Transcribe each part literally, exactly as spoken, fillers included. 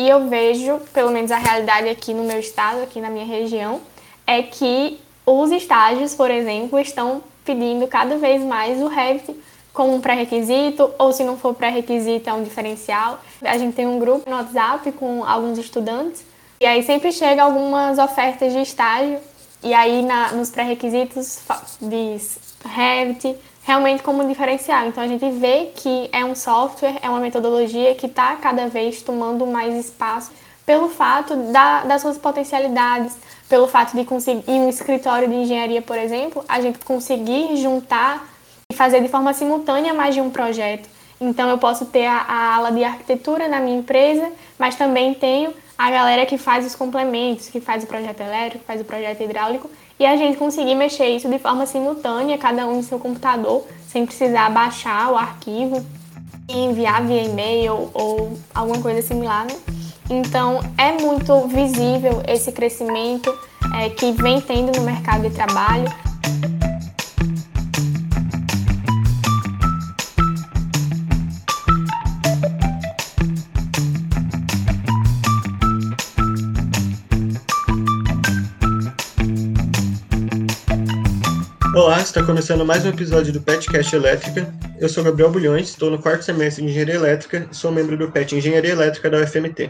E eu vejo, pelo menos a realidade aqui no meu estado, aqui na minha região, é que os estágios, por exemplo, estão pedindo cada vez mais o Revit como um pré-requisito, ou se não for pré-requisito, é um diferencial. A gente tem um grupo no WhatsApp com alguns estudantes, e aí sempre chega algumas ofertas de estágio, e aí na, nos pré-requisitos diz Revit, realmente como um diferencial. Então a gente vê que é um software, é uma metodologia que está cada vez tomando mais espaço pelo fato da, das suas potencialidades, pelo fato de conseguir em um escritório de engenharia, por exemplo, a gente conseguir juntar e fazer de forma simultânea mais de um projeto. Então eu posso ter a, a ala de arquitetura na minha empresa, mas também tenho a galera que faz os complementos, que faz o projeto elétrico, que faz o projeto hidráulico, e a gente conseguir mexer isso de forma simultânea, cada um no seu computador, sem precisar baixar o arquivo e enviar via e-mail ou alguma coisa similar, né? Então é muito visível esse crescimento é, que vem tendo no mercado de trabalho. Olá, está começando mais um episódio do PetCast Elétrica. Eu sou Gabriel Bulhões, estou no quarto semestre de Engenharia Elétrica e sou membro do P E T Engenharia Elétrica da U F M T.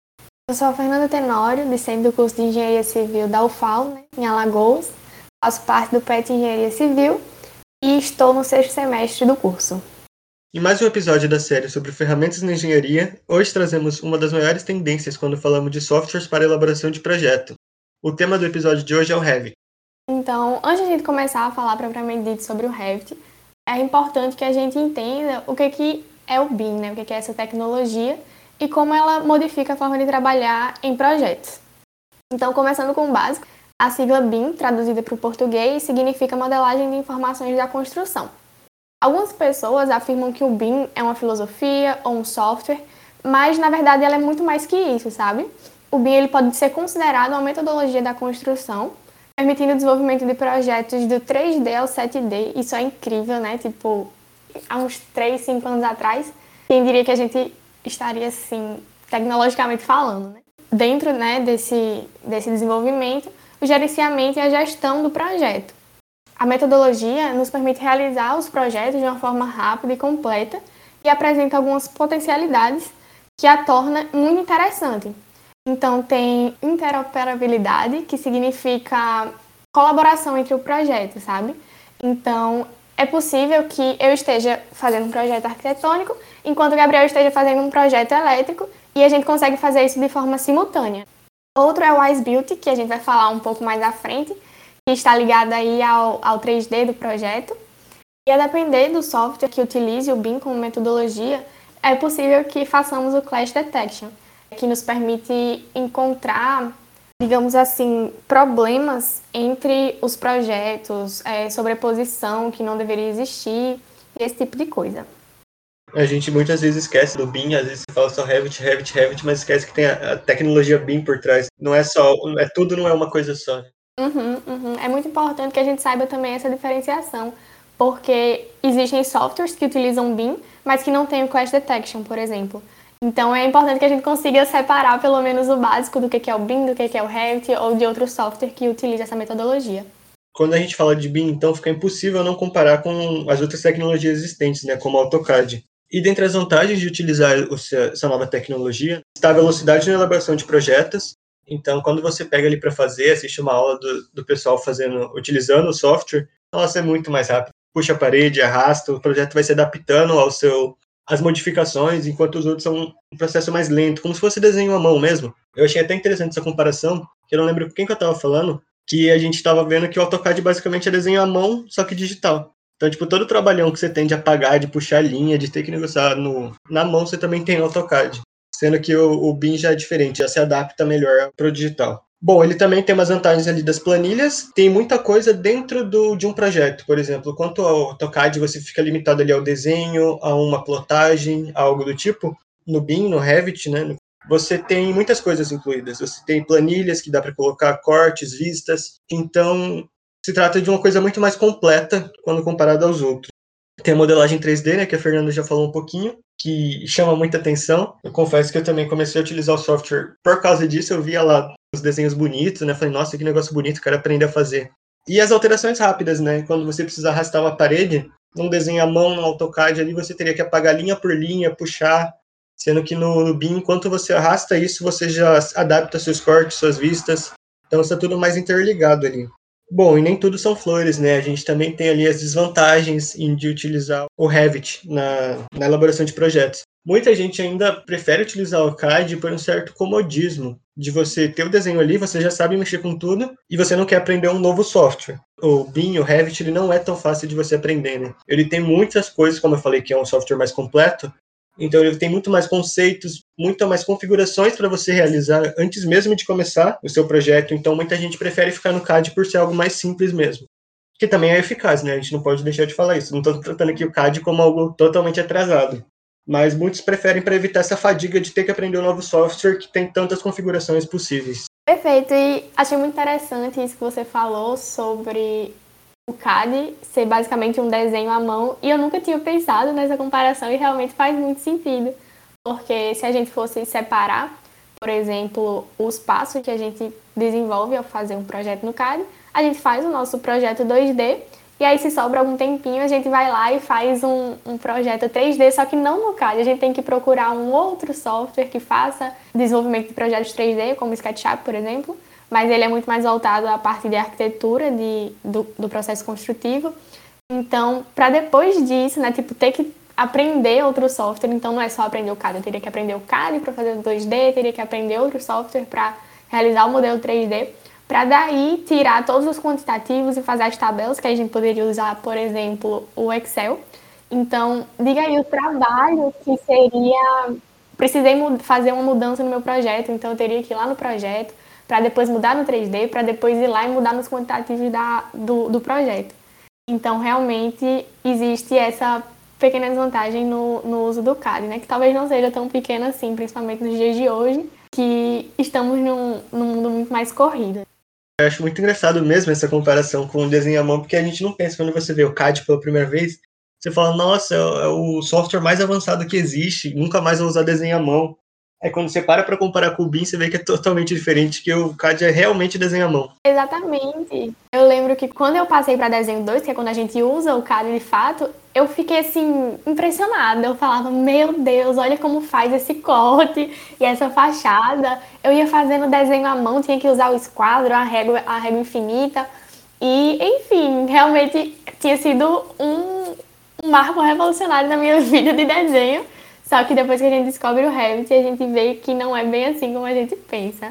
Eu sou a Fernanda Tenório, discente do curso de Engenharia Civil da U F A L, né, em Alagoas. Faço parte do P E T Engenharia Civil e estou no sexto semestre do curso. Em mais um episódio da série sobre ferramentas na engenharia, hoje trazemos uma das maiores tendências quando falamos de softwares para elaboração de projeto. O tema do episódio de hoje é o Revit. Então, antes de a gente começar a falar propriamente dito sobre o Revit, é importante que a gente entenda o que, que é o B I M, né? O que, que é essa tecnologia e como ela modifica a forma de trabalhar em projetos. Então, começando com o básico, a sigla B I M, traduzida para o português, significa Modelagem de Informações da Construção. Algumas pessoas afirmam que o B I M é uma filosofia ou um software, mas na verdade ela é muito mais que isso, sabe? O B I M ele pode ser considerado uma metodologia da construção, permitindo o desenvolvimento de projetos do três D ao sete D. Isso é incrível, né? Tipo, há uns três, cinco anos atrás, quem diria que a gente estaria, assim, tecnologicamente falando, né? Dentro, né, desse, desse desenvolvimento, o gerenciamento e a gestão do projeto. A metodologia nos permite realizar os projetos de uma forma rápida e completa e apresenta algumas potencialidades que a torna muito interessante. Então, tem interoperabilidade, que significa colaboração entre o projeto, sabe? Então, é possível que eu esteja fazendo um projeto arquitetônico, enquanto o Gabriel esteja fazendo um projeto elétrico, e a gente consegue fazer isso de forma simultânea. Outro é o WiseBuilt, que a gente vai falar um pouco mais à frente, que está ligado aí ao, ao três D do projeto. E a depender do software que utilize o B I M como metodologia, é possível que façamos o Clash Detection, que nos permite encontrar, digamos assim, problemas entre os projetos, é, sobreposição que não deveria existir, esse tipo de coisa. A gente muitas vezes esquece do B I M, às vezes você fala só Revit, Revit, Revit, mas esquece que tem a, a tecnologia B I M por trás. Não é só, é tudo não é uma coisa só. Uhum, uhum. É muito importante que a gente saiba também essa diferenciação, porque existem softwares que utilizam B I M, mas que não têm o Clash Detection, por exemplo. Então é importante que a gente consiga separar pelo menos o básico do que é o B I M, do que é o Revit ou de outro software que utiliza essa metodologia. Quando a gente fala de B I M, então fica impossível não comparar com as outras tecnologias existentes, né, como o AutoCAD. E dentre as vantagens de utilizar essa nova tecnologia está a velocidade na elaboração de projetos. Então, quando você pega ali para fazer, assiste uma aula do, do pessoal fazendo, utilizando o software, nossa, é muito mais rápido. Puxa a parede, arrasta, o projeto vai se adaptando ao seu as modificações, enquanto os outros são um processo mais lento, como se fosse desenho à mão mesmo. Eu achei até interessante essa comparação, que eu não lembro com quem que eu estava falando, que a gente estava vendo que o AutoCAD basicamente é desenho à mão, só que digital. Então, tipo, todo o trabalhão que você tem de apagar, de puxar linha, de ter que negociar no, na mão, você também tem no AutoCAD. Sendo que o, o B I M já é diferente, já se adapta melhor para o digital. Bom, ele também tem umas vantagens ali das planilhas, tem muita coisa dentro do, de um projeto, por exemplo, quanto ao AutoCAD você fica limitado ali ao desenho, a uma plotagem, a algo do tipo, no B I M, no Revit, né, você tem muitas coisas incluídas, você tem planilhas que dá para colocar cortes, vistas, então se trata de uma coisa muito mais completa quando comparado aos outros. Tem a modelagem três D, né, que a Fernanda já falou um pouquinho, que chama muita atenção. Eu confesso que eu também comecei a utilizar o software por causa disso. Eu via lá os desenhos bonitos, né? Falei, nossa, que negócio bonito, quero aprender a fazer. E as alterações rápidas, né? Quando você precisa arrastar uma parede, num desenho à mão, no AutoCAD ali, você teria que apagar linha por linha, puxar, sendo que no, no B I M, enquanto você arrasta isso, você já adapta seus cortes, suas vistas, então está tudo mais interligado ali. Bom, e nem tudo são flores, né? A gente também tem ali as desvantagens de utilizar o Revit na, na elaboração de projetos. Muita gente ainda prefere utilizar o C A D por um certo comodismo, de você ter o desenho ali, você já sabe mexer com tudo, e você não quer aprender um novo software. O B I M, o Revit, ele não é tão fácil de você aprender, né? Ele tem muitas coisas, como eu falei, que é um software mais completo, então ele tem muito mais conceitos, muito mais configurações para você realizar antes mesmo de começar o seu projeto. Então muita gente prefere ficar no C A D por ser algo mais simples mesmo. Que também é eficaz, né? A gente não pode deixar de falar isso. Não estou tratando aqui o C A D como algo totalmente atrasado. Mas muitos preferem para evitar essa fadiga de ter que aprender um novo software que tem tantas configurações possíveis. Perfeito, e achei muito interessante isso que você falou sobre o C A D ser basicamente um desenho à mão, e eu nunca tinha pensado nessa comparação e realmente faz muito sentido, porque se a gente fosse separar, por exemplo, os passos que a gente desenvolve ao fazer um projeto no C A D, a gente faz o nosso projeto dois D, e aí se sobra algum tempinho a gente vai lá e faz um, um projeto três D, só que não no C A D, a gente tem que procurar um outro software que faça desenvolvimento de projetos três D, como o SketchUp, por exemplo, mas ele é muito mais voltado à parte de arquitetura, de, do, do processo construtivo. Então, para depois disso, né, tipo, ter que aprender outro software, então não é só aprender o C A D, eu teria que aprender o C A D para fazer o dois D, teria que aprender outro software para realizar o modelo três D, para daí tirar todos os quantitativos e fazer as tabelas, que a gente poderia usar, por exemplo, o Excel. Então, diga aí o trabalho que seria... Precisei fazer uma mudança no meu projeto, então eu teria que ir lá no projeto, para depois mudar no três D, para depois ir lá e mudar nos quantitativos da, do, do projeto. Então, realmente, existe essa pequena desvantagem no, no uso do C A D, né? Que talvez não seja tão pequena assim, principalmente nos dias de hoje, que estamos num, num mundo muito mais corrido. Eu acho muito engraçado mesmo essa comparação com o desenho à mão, porque a gente não pensa, quando você vê o C A D pela primeira vez, você fala, nossa, é o software mais avançado que existe, nunca mais vou usar desenho à mão. Aí quando você para para comparar com o B I M, você vê que é totalmente diferente, que o C A D é realmente desenho à mão. Exatamente. Eu lembro que quando eu passei para desenho dois, que é quando a gente usa o C A D de fato, eu fiquei assim, impressionada. Eu falava, meu Deus, olha como faz esse corte e essa fachada. Eu ia fazendo desenho à mão, tinha que usar o esquadro, a régua, a régua infinita. E, enfim, realmente tinha sido um, um marco revolucionário na minha vida de desenho. Só que depois que a gente descobre o Revit, a gente vê que não é bem assim como a gente pensa.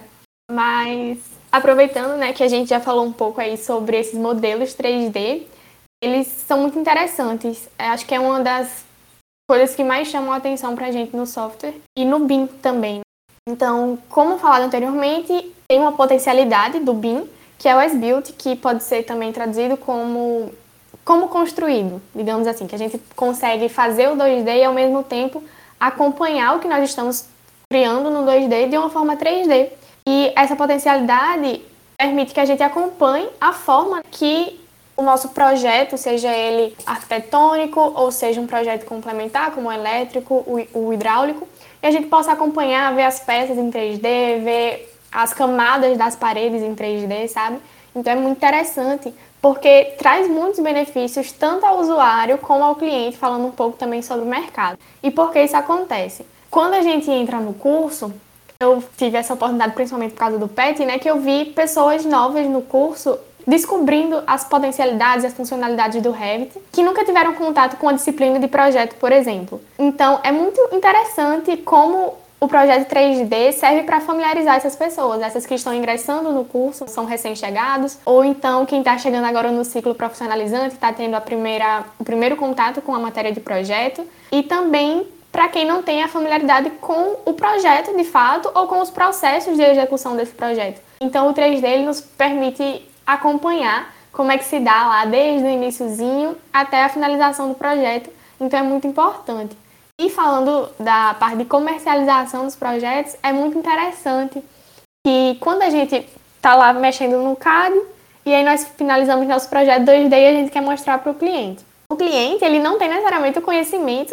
Mas, aproveitando, né, que a gente já falou um pouco aí sobre esses modelos três D, eles são muito interessantes. Eu acho que é uma das coisas que mais chamam a atenção pra gente no software e no B I M também. Então, como falado anteriormente, tem uma potencialidade do B I M, que é o as-built, que pode ser também traduzido como, como construído, digamos assim, que a gente consegue fazer o dois D e ao mesmo tempo acompanhar o que nós estamos criando no dois D de uma forma três D. E essa potencialidade permite que a gente acompanhe a forma que o nosso projeto, seja ele arquitetônico ou seja um projeto complementar, como o elétrico, o, o hidráulico, e a gente possa acompanhar, ver as peças em três D, ver as camadas das paredes em três D, sabe? Então é muito interessante, porque traz muitos benefícios tanto ao usuário como ao cliente, falando um pouco também sobre o mercado. E por que isso acontece? Quando a gente entra no curso, eu tive essa oportunidade principalmente por causa do P E T, né, que eu vi pessoas novas no curso descobrindo as potencialidades e as funcionalidades do Revit, que nunca tiveram contato com a disciplina de projeto, por exemplo. Então, é muito interessante como o projeto três D serve para familiarizar essas pessoas, essas que estão ingressando no curso, são recém-chegados, ou então quem está chegando agora no ciclo profissionalizante, está tendo a primeira, o primeiro contato com a matéria de projeto, e também para quem não tem a familiaridade com o projeto de fato ou com os processos de execução desse projeto. Então o três D ele nos permite acompanhar como é que se dá lá desde o iniciozinho até a finalização do projeto, então é muito importante. E falando da parte de comercialização dos projetos, é muito interessante que quando a gente está lá mexendo no C A D e aí nós finalizamos nosso projeto dois D e a gente quer mostrar para o cliente. O cliente ele não tem necessariamente o conhecimento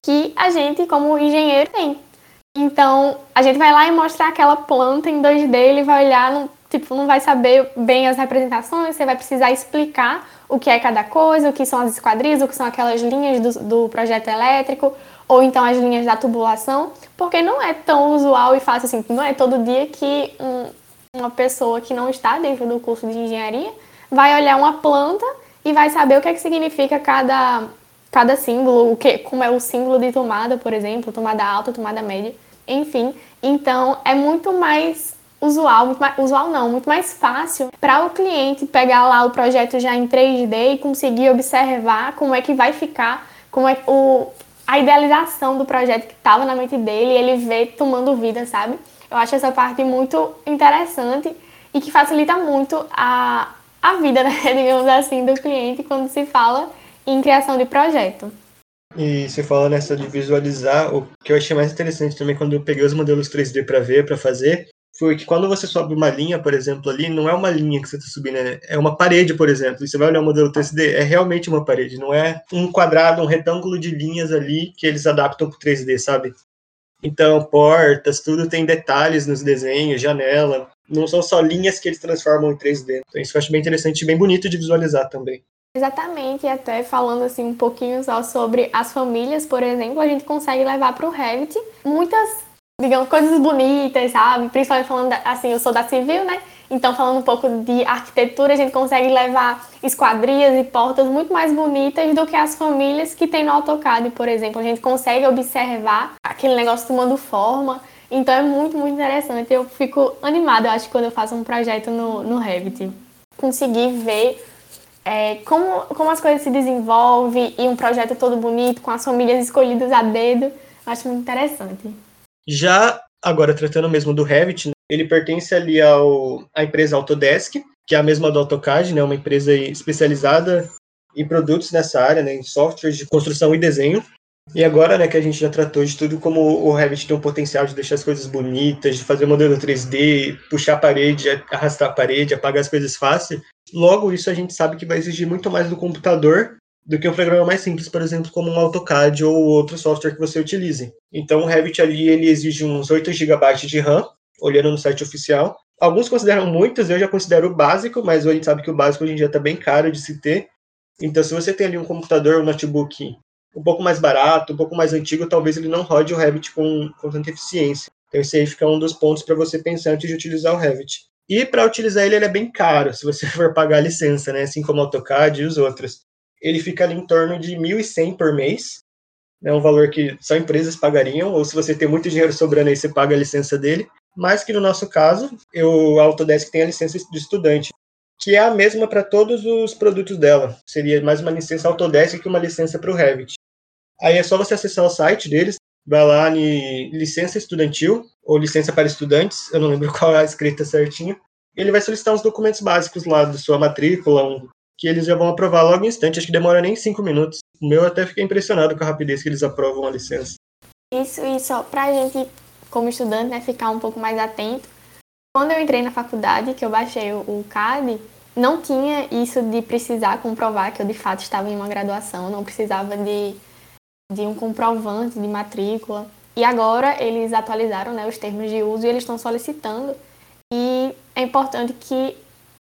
que a gente, como engenheiro, tem. Então, a gente vai lá e mostrar aquela planta em dois D, ele vai olhar, não, tipo, não vai saber bem as representações, você vai precisar explicar o que é cada coisa, o que são as esquadrias, o que são aquelas linhas do, do projeto elétrico, ou então as linhas da tubulação, porque não é tão usual e fácil assim, não é todo dia que um, uma pessoa que não está dentro do curso de engenharia vai olhar uma planta e vai saber o que é que significa cada, cada símbolo, o que, como é o símbolo de tomada, por exemplo, tomada alta, tomada média. Enfim, então é muito mais usual, muito mais, usual não, muito mais fácil para o cliente pegar lá o projeto já em três D e conseguir observar como é que vai ficar, como é o, a idealização do projeto que estava na mente dele e ele vê tomando vida, sabe? Eu acho essa parte muito interessante e que facilita muito a, a vida, né, digamos assim, do cliente quando se fala em criação de projeto. E você fala nessa de visualizar, o que eu achei mais interessante também quando eu peguei os modelos três D para ver, para fazer, foi que quando você sobe uma linha, por exemplo, ali, não é uma linha que você está subindo, né? É uma parede, por exemplo. E você vai olhar o modelo três D, é realmente uma parede, não é um quadrado, um retângulo de linhas ali que eles adaptam para o três D, sabe? Então, portas, tudo tem detalhes nos desenhos, janela. Não são só linhas que eles transformam em três D. Então, isso eu acho bem interessante e bem bonito de visualizar também. Exatamente, e até falando assim um pouquinho só sobre as famílias, por exemplo, a gente consegue levar para o Revit muitas, digamos, coisas bonitas, sabe? Principalmente falando, da, assim, eu sou da civil, né? Então, falando um pouco de arquitetura, a gente consegue levar esquadrias e portas muito mais bonitas do que as famílias que tem no AutoCAD, por exemplo. A gente consegue observar aquele negócio tomando forma. Então, é muito, muito interessante. Eu fico animada, eu acho, quando eu faço um projeto no, no Revit. Conseguir ver é, como, como as coisas se desenvolvem e um projeto todo bonito, com as famílias escolhidas a dedo. Eu acho muito interessante. Já agora, tratando mesmo do Revit, ele pertence ali ao, à empresa Autodesk, que é a mesma do AutoCAD, né, uma empresa especializada em produtos nessa área, né, em softwares de construção e desenho. E agora, né, que a gente já tratou de tudo, como o Revit tem um potencial de deixar as coisas bonitas, de fazer modelo três D, puxar a parede, arrastar a parede, apagar as coisas fácil, logo isso a gente sabe que vai exigir muito mais do computador do que um programa mais simples, por exemplo, como um AutoCAD ou outro software que você utilize. Então o Revit ali ele exige uns oito gigabytes de RAM, olhando no site oficial. Alguns consideram muitos, eu já considero o básico, mas a gente sabe que o básico hoje em dia está bem caro de se ter. Então se você tem ali um computador, um notebook um pouco mais barato, um pouco mais antigo, talvez ele não rode o Revit com, com tanta eficiência. Então esse aí fica um dos pontos para você pensar antes de utilizar o Revit. E para utilizar ele, ele é bem caro, se você for pagar a licença, né? Assim como o AutoCAD e os outros. Ele fica ali em torno de mil e cem por mês, é um valor que só empresas pagariam, ou se você tem muito dinheiro sobrando aí, você paga a licença dele. Mas que no nosso caso, eu, a Autodesk tem a licença de estudante, que é a mesma para todos os produtos dela. Seria mais uma licença Autodesk que uma licença para o Revit. Aí é só você acessar o site deles, vai lá em licença estudantil, ou licença para estudantes, eu não lembro qual é a escrita certinha. Ele vai solicitar uns documentos básicos lá da sua matrícula, um, que eles já vão aprovar logo em instante, acho que demora nem cinco minutos. O meu até fiquei impressionado com a rapidez que eles aprovam a licença. Isso, e só pra gente, como estudante, né, ficar um pouco mais atento. Quando eu entrei na faculdade, que eu baixei o C A D, não tinha isso de precisar comprovar que eu de fato estava em uma graduação, não precisava de, de um comprovante de matrícula. E agora eles atualizaram, né, os termos de uso e eles estão solicitando. E é importante que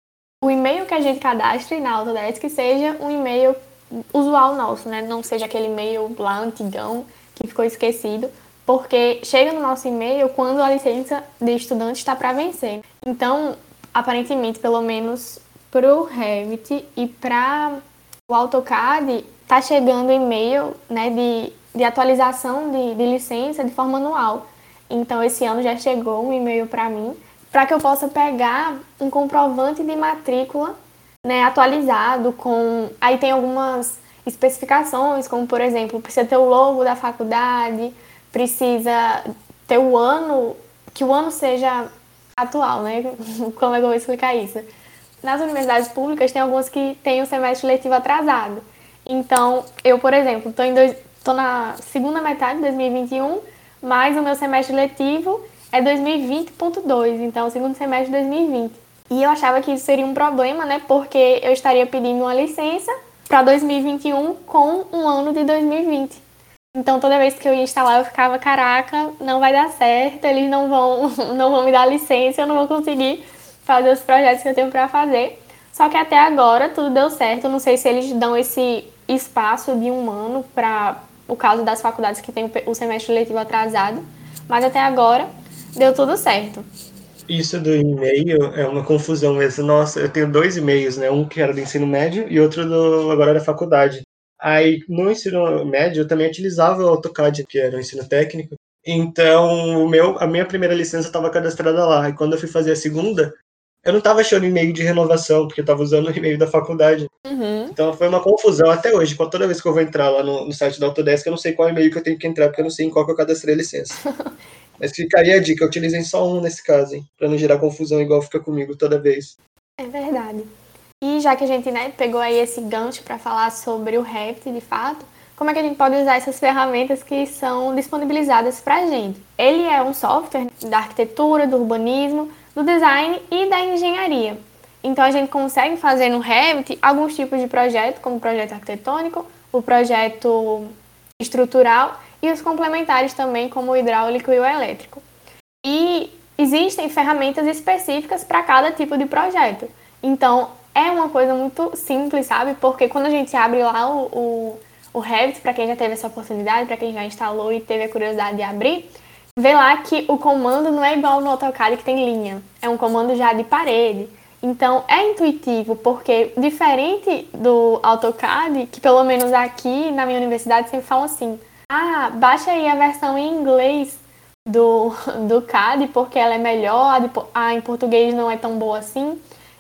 o e-mail que a gente cadastre na Autodesk seja um e-mail usual nosso, né? Não seja aquele e-mail lá antigão que ficou esquecido, porque chega no nosso e-mail quando a licença de estudante está para vencer. Então, aparentemente, pelo menos para o Revit e para o AutoCAD, está chegando e-mail, né, de, de atualização de, de licença de forma anual. Então, esse ano já chegou um e-mail para mim, para que eu possa pegar um comprovante de matrícula, né, atualizado com... Aí tem algumas especificações, como, por exemplo, precisa ter o logo da faculdade, precisa ter o ano, que o ano seja atual, né? Como é que eu vou explicar isso? Nas universidades públicas tem algumas que têm o semestre letivo atrasado. Então, eu, por exemplo, estou dois... na segunda metade de dois mil e vinte e um, mas o meu semestre letivo é dois mil e vinte ponto dois, então o segundo semestre de dois mil e vinte. E eu achava que isso seria um problema, né? Porque eu estaria pedindo uma licença para dois mil e vinte e um com um ano de dois mil e vinte. Então, toda vez que eu ia instalar, eu ficava, caraca, não vai dar certo, eles não vão, não vão me dar licença, eu não vou conseguir fazer os projetos que eu tenho para fazer. Só que até agora tudo deu certo. Eu não sei se eles dão esse espaço de um ano para o caso das faculdades que tem o semestre letivo atrasado, mas até agora deu tudo certo. Isso do e-mail é uma confusão mesmo. Nossa, eu tenho dois e-mails, né? Um que era do ensino médio e outro do agora da faculdade. Aí, no ensino médio, eu também utilizava o AutoCAD, que era o ensino técnico. Então, o meu, a minha primeira licença estava cadastrada lá. E quando eu fui fazer a segunda, eu não estava achando e-mail de renovação, porque eu estava usando o e-mail da faculdade. Uhum. Então, foi uma confusão até hoje. Toda vez que eu vou entrar lá no, no site da Autodesk, eu não sei qual e-mail que eu tenho que entrar, porque eu não sei em qual que eu cadastrei a licença. Mas ficaria a dica, utilizem só um nesse caso, hein? Pra não gerar confusão igual fica comigo toda vez. É verdade. E já que a gente, né, pegou aí esse gancho para falar sobre o Revit, de fato, como é que a gente pode usar essas ferramentas que são disponibilizadas para a gente? Ele é um software da arquitetura, do urbanismo, do design e da engenharia. Então a gente consegue fazer no Revit alguns tipos de projeto, como o projeto arquitetônico, o projeto estrutural e os complementares também, como o hidráulico e o elétrico. E existem ferramentas específicas para cada tipo de projeto. Então, é uma coisa muito simples, sabe? Porque quando a gente abre lá o, o, o Revit, para quem já teve essa oportunidade, para quem já instalou e teve a curiosidade de abrir, vê lá que o comando não é igual no AutoCAD que tem linha. É um comando já de parede. Então, é intuitivo, porque diferente do AutoCAD, que pelo menos aqui na minha universidade sempre falam assim, ah, baixa aí a versão em inglês do, do C A D, porque ela é melhor, a, de, a em português não é tão boa assim.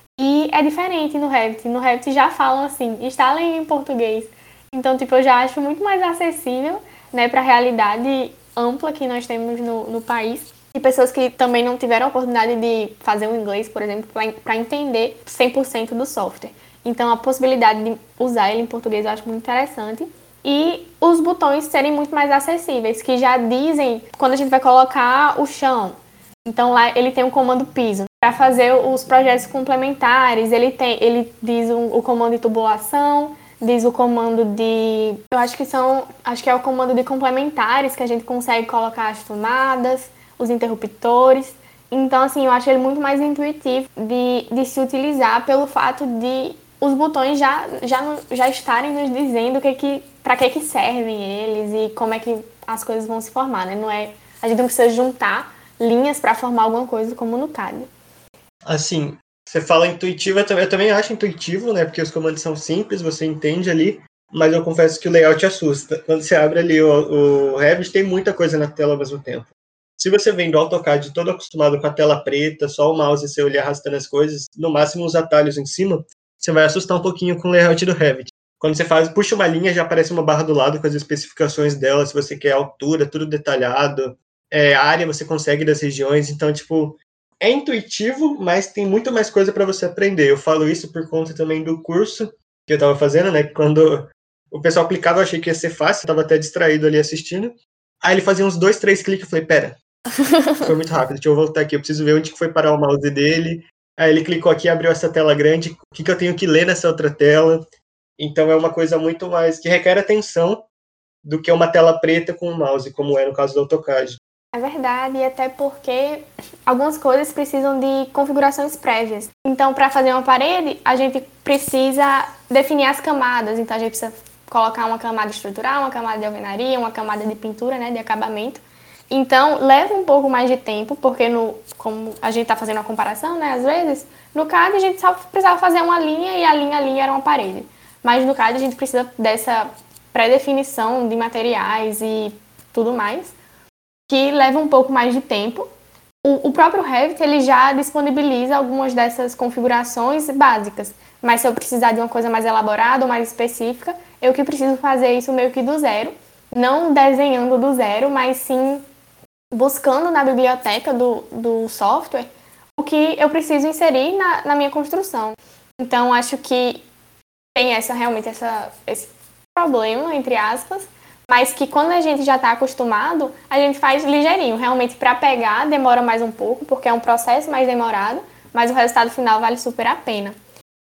E é diferente no Revit. No Revit já falam assim, instalem em português. Então, tipo, eu já acho muito mais acessível, né, para a realidade ampla que nós temos no, no país. E pessoas que também não tiveram a oportunidade de fazer o inglês, por exemplo, para entender cem por cento do software. Então, a possibilidade de usar ele em português eu acho muito interessante. E os botões serem muito mais acessíveis, que já dizem quando a gente vai colocar o chão. Então, lá ele tem um comando piso. Para fazer os projetos complementares, ele, tem, ele diz o, o comando de tubulação, diz o comando de... Eu acho que são... Acho que é o comando de complementares, que a gente consegue colocar as tomadas, os interruptores. Então, assim, eu acho ele muito mais intuitivo de, de se utilizar pelo fato de os botões já, já, já estarem nos dizendo que que, para que, que servem eles e como é que as coisas vão se formar, né? Não é, a gente não precisa juntar linhas para formar alguma coisa como no C A D. Assim, você fala intuitivo, eu também, eu também acho intuitivo, né? Porque os comandos são simples, você entende ali, mas eu confesso que o layout assusta. Quando você abre ali o, o Revit, tem muita coisa na tela ao mesmo tempo. Se você vem do AutoCAD todo acostumado com a tela preta, só o mouse e você olhar arrastando as coisas, no máximo os atalhos em cima, você vai assustar um pouquinho com o layout do Revit. Quando você faz, puxa uma linha, já aparece uma barra do lado com as especificações dela, se você quer altura, tudo detalhado, é, área você consegue das regiões, então, tipo, é intuitivo, mas tem muito mais coisa para você aprender. Eu falo isso por conta também do curso que eu estava fazendo, né? Quando o pessoal clicava, eu achei que ia ser fácil, eu estava até distraído ali assistindo. Aí ele fazia uns dois, três cliques, eu falei, pera, foi muito rápido, deixa eu voltar aqui, eu preciso ver onde que foi parar o mouse dele. Aí ele clicou aqui, abriu essa tela grande, o que, que eu tenho que ler nessa outra tela? Então é uma coisa muito mais, que requer atenção do que uma tela preta com o mouse, como é no caso do AutoCAD. É verdade, e até porque algumas coisas precisam de configurações prévias. Então, para fazer uma parede, a gente precisa definir as camadas. Então, a gente precisa colocar uma camada estrutural, uma camada de alvenaria, uma camada de pintura, né, de acabamento. Então, leva um pouco mais de tempo, porque no, como a gente está fazendo uma comparação, né, às vezes, no C A D a gente só precisava fazer uma linha e a linha ali era uma parede. Mas no C A D a gente precisa dessa pré-definição de materiais e tudo mais, que leva um pouco mais de tempo. O, o próprio Revit ele já disponibiliza algumas dessas configurações básicas, mas se eu precisar de uma coisa mais elaborada ou mais específica, eu que preciso fazer isso meio que do zero, não desenhando do zero, mas sim buscando na biblioteca do, do software o que eu preciso inserir na, na minha construção. Então, acho que tem essa, realmente essa, esse problema, entre aspas, mas que quando a gente já está acostumado, a gente faz ligeirinho. Realmente, para pegar, demora mais um pouco, porque é um processo mais demorado, mas o resultado final vale super a pena.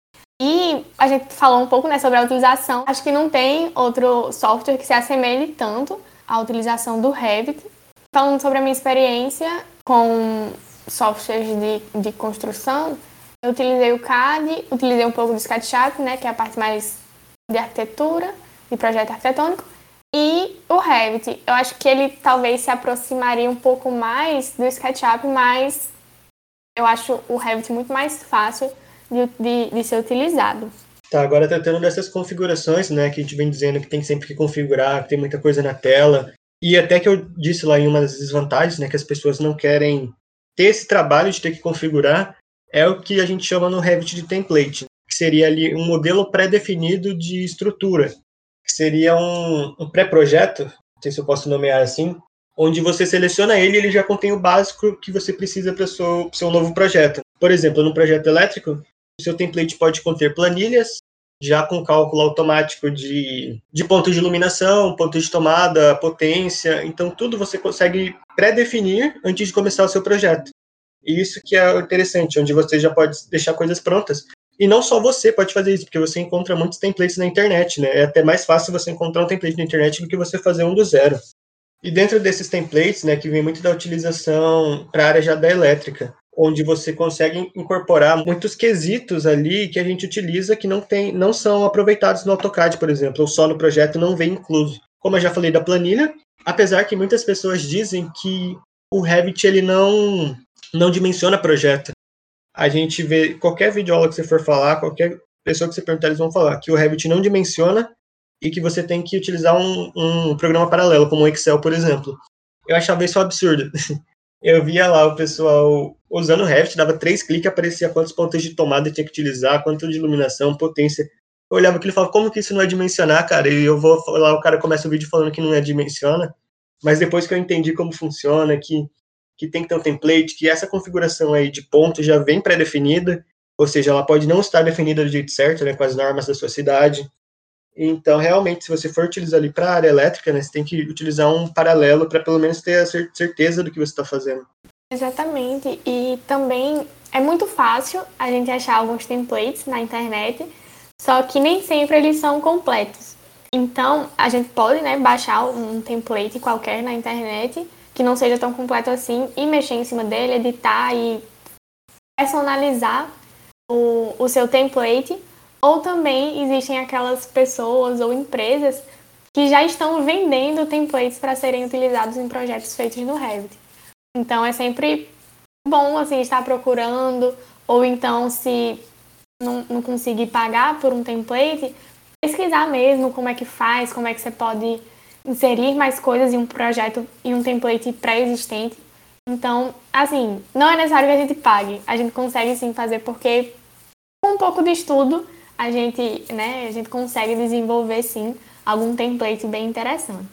E a gente falou um pouco, né, sobre a utilização. Acho que não tem outro software que se assemelhe tanto à utilização do Revit. Falando sobre a minha experiência com softwares de, de construção, eu utilizei o C A D, utilizei um pouco do SketchUp, né, que é a parte mais de arquitetura, de projeto arquitetônico, e o Revit. Eu acho que ele talvez se aproximaria um pouco mais do SketchUp, mas eu acho o Revit muito mais fácil de, de, de ser utilizado. Tá, agora tratando dessas configurações, né, que a gente vem dizendo que tem sempre que configurar, que tem muita coisa na tela, e até que eu disse lá em uma das desvantagens, né, que as pessoas não querem ter esse trabalho de ter que configurar, é o que a gente chama no Revit de template, que seria ali um modelo pré-definido de estrutura, que seria um, um pré-projeto, não sei se eu posso nomear assim, onde você seleciona ele e ele já contém o básico que você precisa para o seu, seu novo projeto. Por exemplo, no projeto elétrico, o seu template pode conter planilhas, já com cálculo automático de, de pontos de iluminação, pontos de tomada, potência. Então, tudo você consegue pré-definir antes de começar o seu projeto. E isso que é interessante, onde você já pode deixar coisas prontas. E não só você pode fazer isso, porque você encontra muitos templates na internet, né? É até mais fácil você encontrar um template na internet do que você fazer um do zero. E dentro desses templates, né, que vem muito da utilização para a área já da elétrica, onde você consegue incorporar muitos quesitos ali que a gente utiliza que não, tem, não são aproveitados no AutoCAD, por exemplo, ou só no projeto não vem incluso. Como eu já falei da planilha, apesar que muitas pessoas dizem que o Revit ele não, não dimensiona projeto. A gente vê, qualquer videoaula que você for falar, qualquer pessoa que você perguntar, eles vão falar que o Revit não dimensiona e que você tem que utilizar um, um programa paralelo, como o Excel, por exemplo. Eu achava isso um absurdo. Eu via lá o pessoal usando o Revit, dava três cliques, aparecia quantos pontos de tomada tinha que utilizar, quanto de iluminação, potência. Eu olhava aquilo e falava, como que isso não é dimensionar, cara? E eu vou lá, o cara começa o vídeo falando que não é dimensiona, mas depois que eu entendi como funciona, que, que tem que ter um template, que essa configuração aí de pontos já vem pré-definida, ou seja, ela pode não estar definida do jeito certo, né, com as normas da sua cidade. Então, realmente, se você for utilizar ali para a área elétrica, né, você tem que utilizar um paralelo para pelo menos ter a certeza do que você está fazendo. Exatamente. E também é muito fácil a gente achar alguns templates na internet, só que nem sempre eles são completos. Então, a gente pode, né, baixar um template qualquer na internet, que não seja tão completo assim, e mexer em cima dele, editar e personalizar o, o seu template. Ou também existem aquelas pessoas ou empresas que já estão vendendo templates para serem utilizados em projetos feitos no Revit. Então é sempre bom assim, estar procurando, ou então se não, não conseguir pagar por um template, pesquisar mesmo como é que faz, como é que você pode inserir mais coisas em um projeto, em um template pré-existente. Então, assim, não é necessário que a gente pague, a gente consegue sim fazer, porque com um pouco de estudo a gente, né, a gente consegue desenvolver sim algum template bem interessante.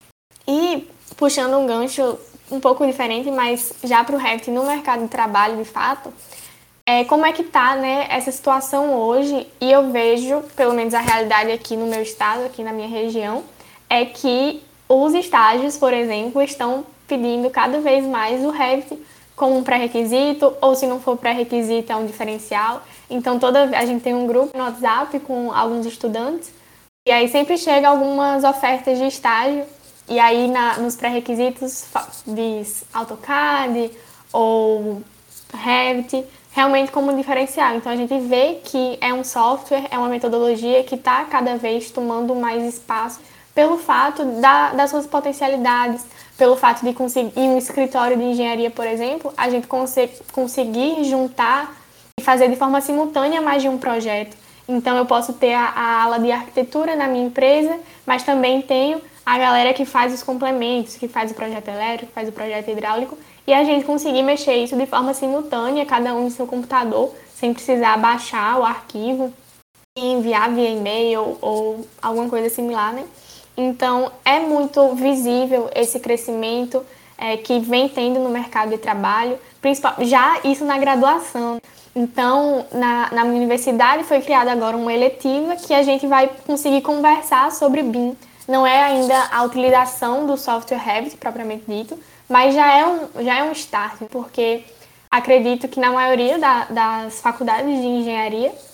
E puxando um gancho um pouco diferente, mas já para o Revit no mercado de trabalho de fato, é, como é que tá, né, essa situação hoje? E eu vejo, pelo menos a realidade aqui no meu estado, aqui na minha região, é que os estágios, por exemplo, estão pedindo cada vez mais o Revit como um pré-requisito, ou se não for pré-requisito, é um diferencial. Então, toda a gente tem um grupo no WhatsApp com alguns estudantes, e aí sempre chega algumas ofertas de estágio, e aí na, nos pré-requisitos diz AutoCAD ou Revit, realmente como um diferencial. Então, a gente vê que é um software, é uma metodologia que está cada vez tomando mais espaço pelo fato da, das suas potencialidades, pelo fato de conseguir, em um escritório de engenharia, por exemplo, a gente conse- conseguir juntar e fazer de forma simultânea mais de um projeto. Então, eu posso ter a, a ala de arquitetura na minha empresa, mas também tenho a galera que faz os complementos, que faz o projeto elétrico, faz o projeto hidráulico, e a gente conseguir mexer isso de forma simultânea, cada um no seu computador, sem precisar baixar o arquivo e enviar via e-mail ou alguma coisa similar, né? Então, é muito visível esse crescimento é, que vem tendo no mercado de trabalho, principal, já isso na graduação. Então, na, na minha universidade foi criada agora uma eletiva que a gente vai conseguir conversar sobre B I M. Não é ainda a utilização do software Revit, propriamente dito, mas já é um, já é um start, porque acredito que na maioria da, das faculdades de engenharia,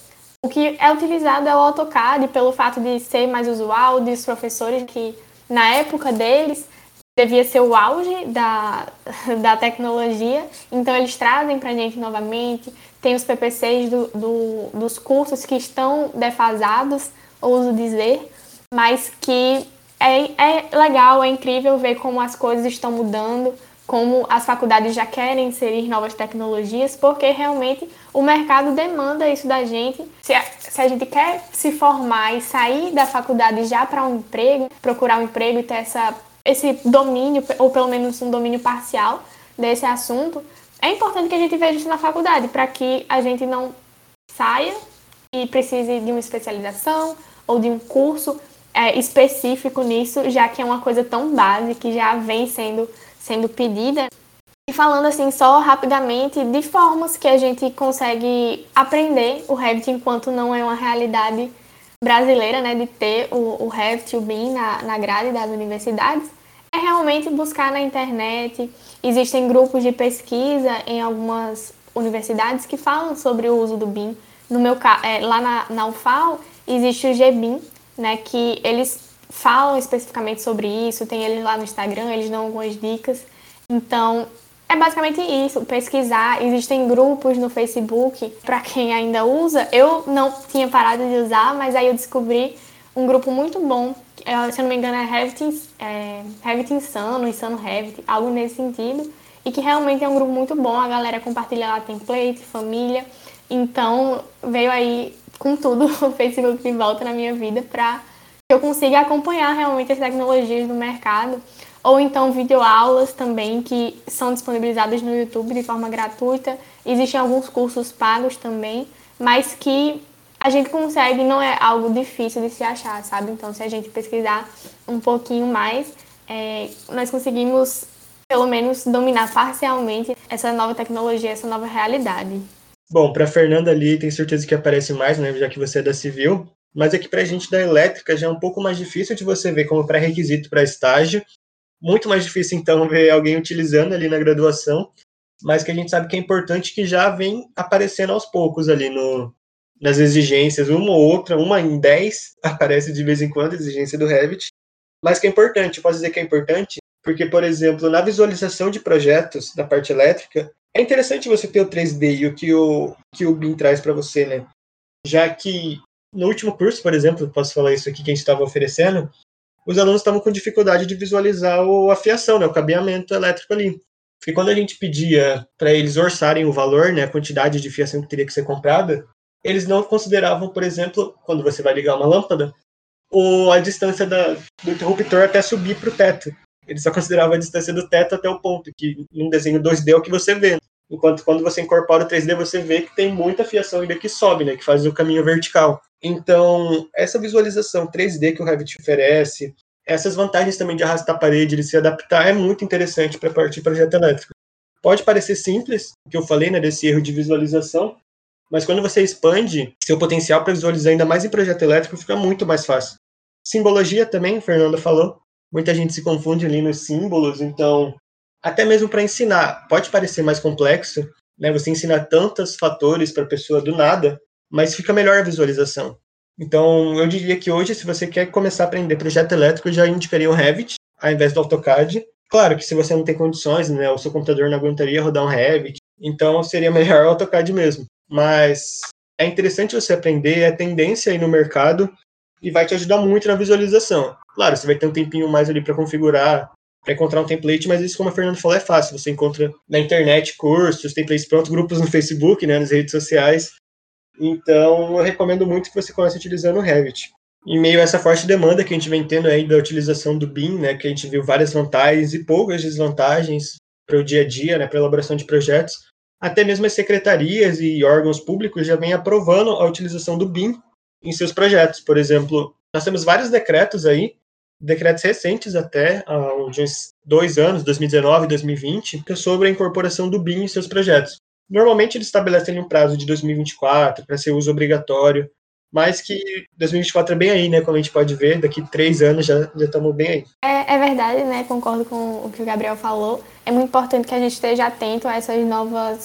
O que é utilizado é o AutoCAD pelo fato de ser mais usual, dos professores que, na época deles, devia ser o auge da, da tecnologia, então eles trazem para a gente novamente, tem os P P Cs do, do, dos cursos que estão defasados, ouso dizer, mas que é, é legal, é incrível ver como as coisas estão mudando, como as faculdades já querem inserir novas tecnologias, porque realmente o mercado demanda isso da gente. Se a, se a gente quer se formar e sair da faculdade já para um emprego, procurar um emprego e ter essa, esse domínio, ou pelo menos um domínio parcial desse assunto, é importante que a gente veja isso na faculdade, para que a gente não saia e precise de uma especialização ou de um curso é, específico nisso, já que é uma coisa tão básica que já vem sendo sendo pedida. E falando assim só rapidamente de formas que a gente consegue aprender o Revit enquanto não é uma realidade brasileira, né, de ter o, o Revit, o B I M na, na grade das universidades, é realmente buscar na internet. Existem grupos de pesquisa em algumas universidades que falam sobre o uso do B I M. No meu, é, lá na, na U F A L existe o G B I M, né, que eles falam especificamente sobre isso, tem eles lá no Instagram, eles dão algumas dicas. Então, é basicamente isso, pesquisar. Existem grupos no Facebook, para quem ainda usa. Eu não tinha parado de usar, mas aí eu descobri um grupo muito bom, se eu não me engano é Revit, é, Revit Insano, Insano Revit, algo nesse sentido, e que realmente é um grupo muito bom, a galera compartilha lá template, família. Então, veio aí com tudo o Facebook de volta na minha vida para que eu consiga acompanhar realmente as tecnologias do mercado, ou então videoaulas também que são disponibilizadas no YouTube de forma gratuita. Existem alguns cursos pagos também, mas que a gente consegue, não é algo difícil de se achar, sabe? Então, se a gente pesquisar um pouquinho mais, é, nós conseguimos, pelo menos, dominar parcialmente essa nova tecnologia, essa nova realidade. Bom, para a Fernanda ali, tenho certeza que aparece mais, né, já que você é da civil, mas aqui para a gente da elétrica já é um pouco mais difícil de você ver como pré-requisito para estágio. Muito mais difícil, então, ver alguém utilizando ali na graduação, mas que a gente sabe que é importante, que já vem aparecendo aos poucos ali no, nas exigências, uma ou outra, uma em dez aparece de vez em quando a exigência do Revit, mas que é importante. Eu posso dizer que é importante porque, por exemplo, na visualização de projetos da parte elétrica, é interessante você ter o três D e o que o, que o B I M traz para você, né? Já que no último curso, por exemplo, posso falar isso aqui que a gente estava oferecendo, os alunos estavam com dificuldade de visualizar a fiação, né, o cabeamento elétrico ali. Porque quando a gente pedia para eles orçarem o valor, né, a quantidade de fiação que teria que ser comprada, eles não consideravam, por exemplo, quando você vai ligar uma lâmpada, ou a distância da, do interruptor até subir para o teto. Eles só consideravam a distância do teto até o ponto, que num desenho dois D é o que você vê. Enquanto quando você incorpora o três D, você vê que tem muita fiação ainda que sobe, né, que faz o caminho vertical. Então, essa visualização três D que o Revit oferece, essas vantagens também de arrastar a parede, de se adaptar, é muito interessante para partir projeto elétrico. Pode parecer simples, o que eu falei, né, desse erro de visualização, mas quando você expande seu potencial para visualizar ainda mais em projeto elétrico, fica muito mais fácil. Simbologia também, a Fernanda falou, muita gente se confunde ali nos símbolos, então, até mesmo para ensinar, pode parecer mais complexo, né, você ensinar tantos fatores para a pessoa do nada, mas fica melhor a visualização. Então, eu diria que hoje, se você quer começar a aprender projeto elétrico, eu já indicaria o Revit, ao invés do AutoCAD. Claro que se você não tem condições, né, o seu computador não aguentaria rodar um Revit, então seria melhor o AutoCAD mesmo. Mas é interessante você aprender, é tendência aí no mercado e vai te ajudar muito na visualização. Claro, você vai ter um tempinho mais ali para configurar, para encontrar um template, mas isso, como a Fernanda falou, é fácil. Você encontra na internet cursos, templates prontos, grupos no Facebook, né, nas redes sociais. Então, eu recomendo muito que você comece utilizando o Revit. Em meio a essa forte demanda que a gente vem tendo aí da utilização do B I M, né, que a gente viu várias vantagens e poucas desvantagens para o dia a dia, né, para a elaboração de projetos, até mesmo as secretarias e órgãos públicos já vêm aprovando a utilização do B I M em seus projetos. Por exemplo, nós temos vários decretos aí, decretos recentes até, há uns dois anos, dois mil e dezenove, dois mil e vinte, sobre a incorporação do B I M em seus projetos. Normalmente eles estabelecem um prazo de dois mil e vinte e quatro para ser uso obrigatório, mas que dois mil e vinte e quatro é bem aí, né? Como a gente pode ver, daqui três anos já, já estamos bem aí. É, é verdade, né? Concordo com o que o Gabriel falou. É muito importante que a gente esteja atento a essas novas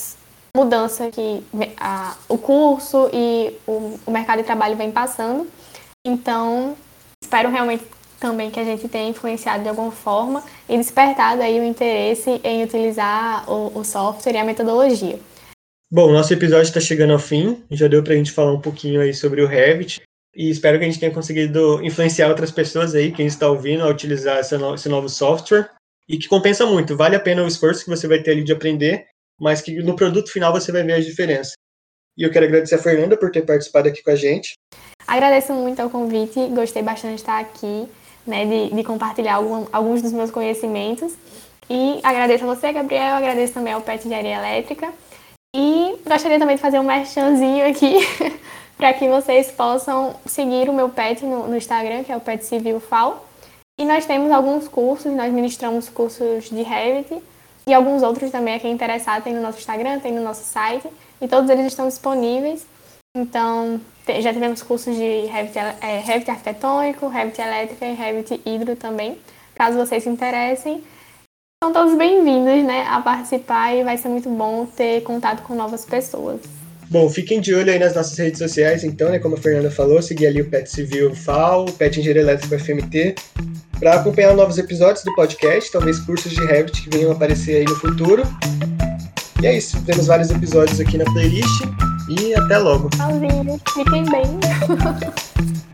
mudança que a, o curso e o, o mercado de trabalho vem passando. Então, espero realmente também que a gente tenha influenciado de alguma forma e despertado aí o interesse em utilizar o, o software e a metodologia. Bom, nosso episódio está chegando ao fim, já deu para a gente falar um pouquinho aí sobre o Revit e espero que a gente tenha conseguido influenciar outras pessoas aí, quem está ouvindo, a utilizar essa no, esse novo software e que compensa muito, vale a pena o esforço que você vai ter ali de aprender, mas que no produto final você vai ver a diferença. E eu quero agradecer a Fernanda por ter participado aqui com a gente. Agradeço muito ao convite, gostei bastante de estar aqui, né, de, de compartilhar algum, alguns dos meus conhecimentos. E agradeço a você, Gabriel, agradeço também ao P E T Engenharia Elétrica. E gostaria também de fazer um merchanzinho aqui para que vocês possam seguir o meu P E T no, no Instagram, que é o P E T Civil F A O. E nós temos alguns cursos, nós ministramos cursos de Revit e alguns outros também, a quem interessar, tem no nosso Instagram, tem no nosso site, e todos eles estão disponíveis. Então, já tivemos cursos de Revit, é, Revit arquitetônico, Revit elétrica e Revit hidro também. Caso vocês se interessem, são todos bem-vindos, né, a participar e vai ser muito bom ter contato com novas pessoas. Bom, fiquem de olho aí nas nossas redes sociais, então, né, como a Fernanda falou, seguir ali o P E T Civil F A O, o P E T Engenharia Elétrica F M T, para acompanhar novos episódios do podcast, talvez cursos de Revit que venham aparecer aí no futuro. E é isso, temos vários episódios aqui na playlist e até logo. Tchauzinho, fiquem bem.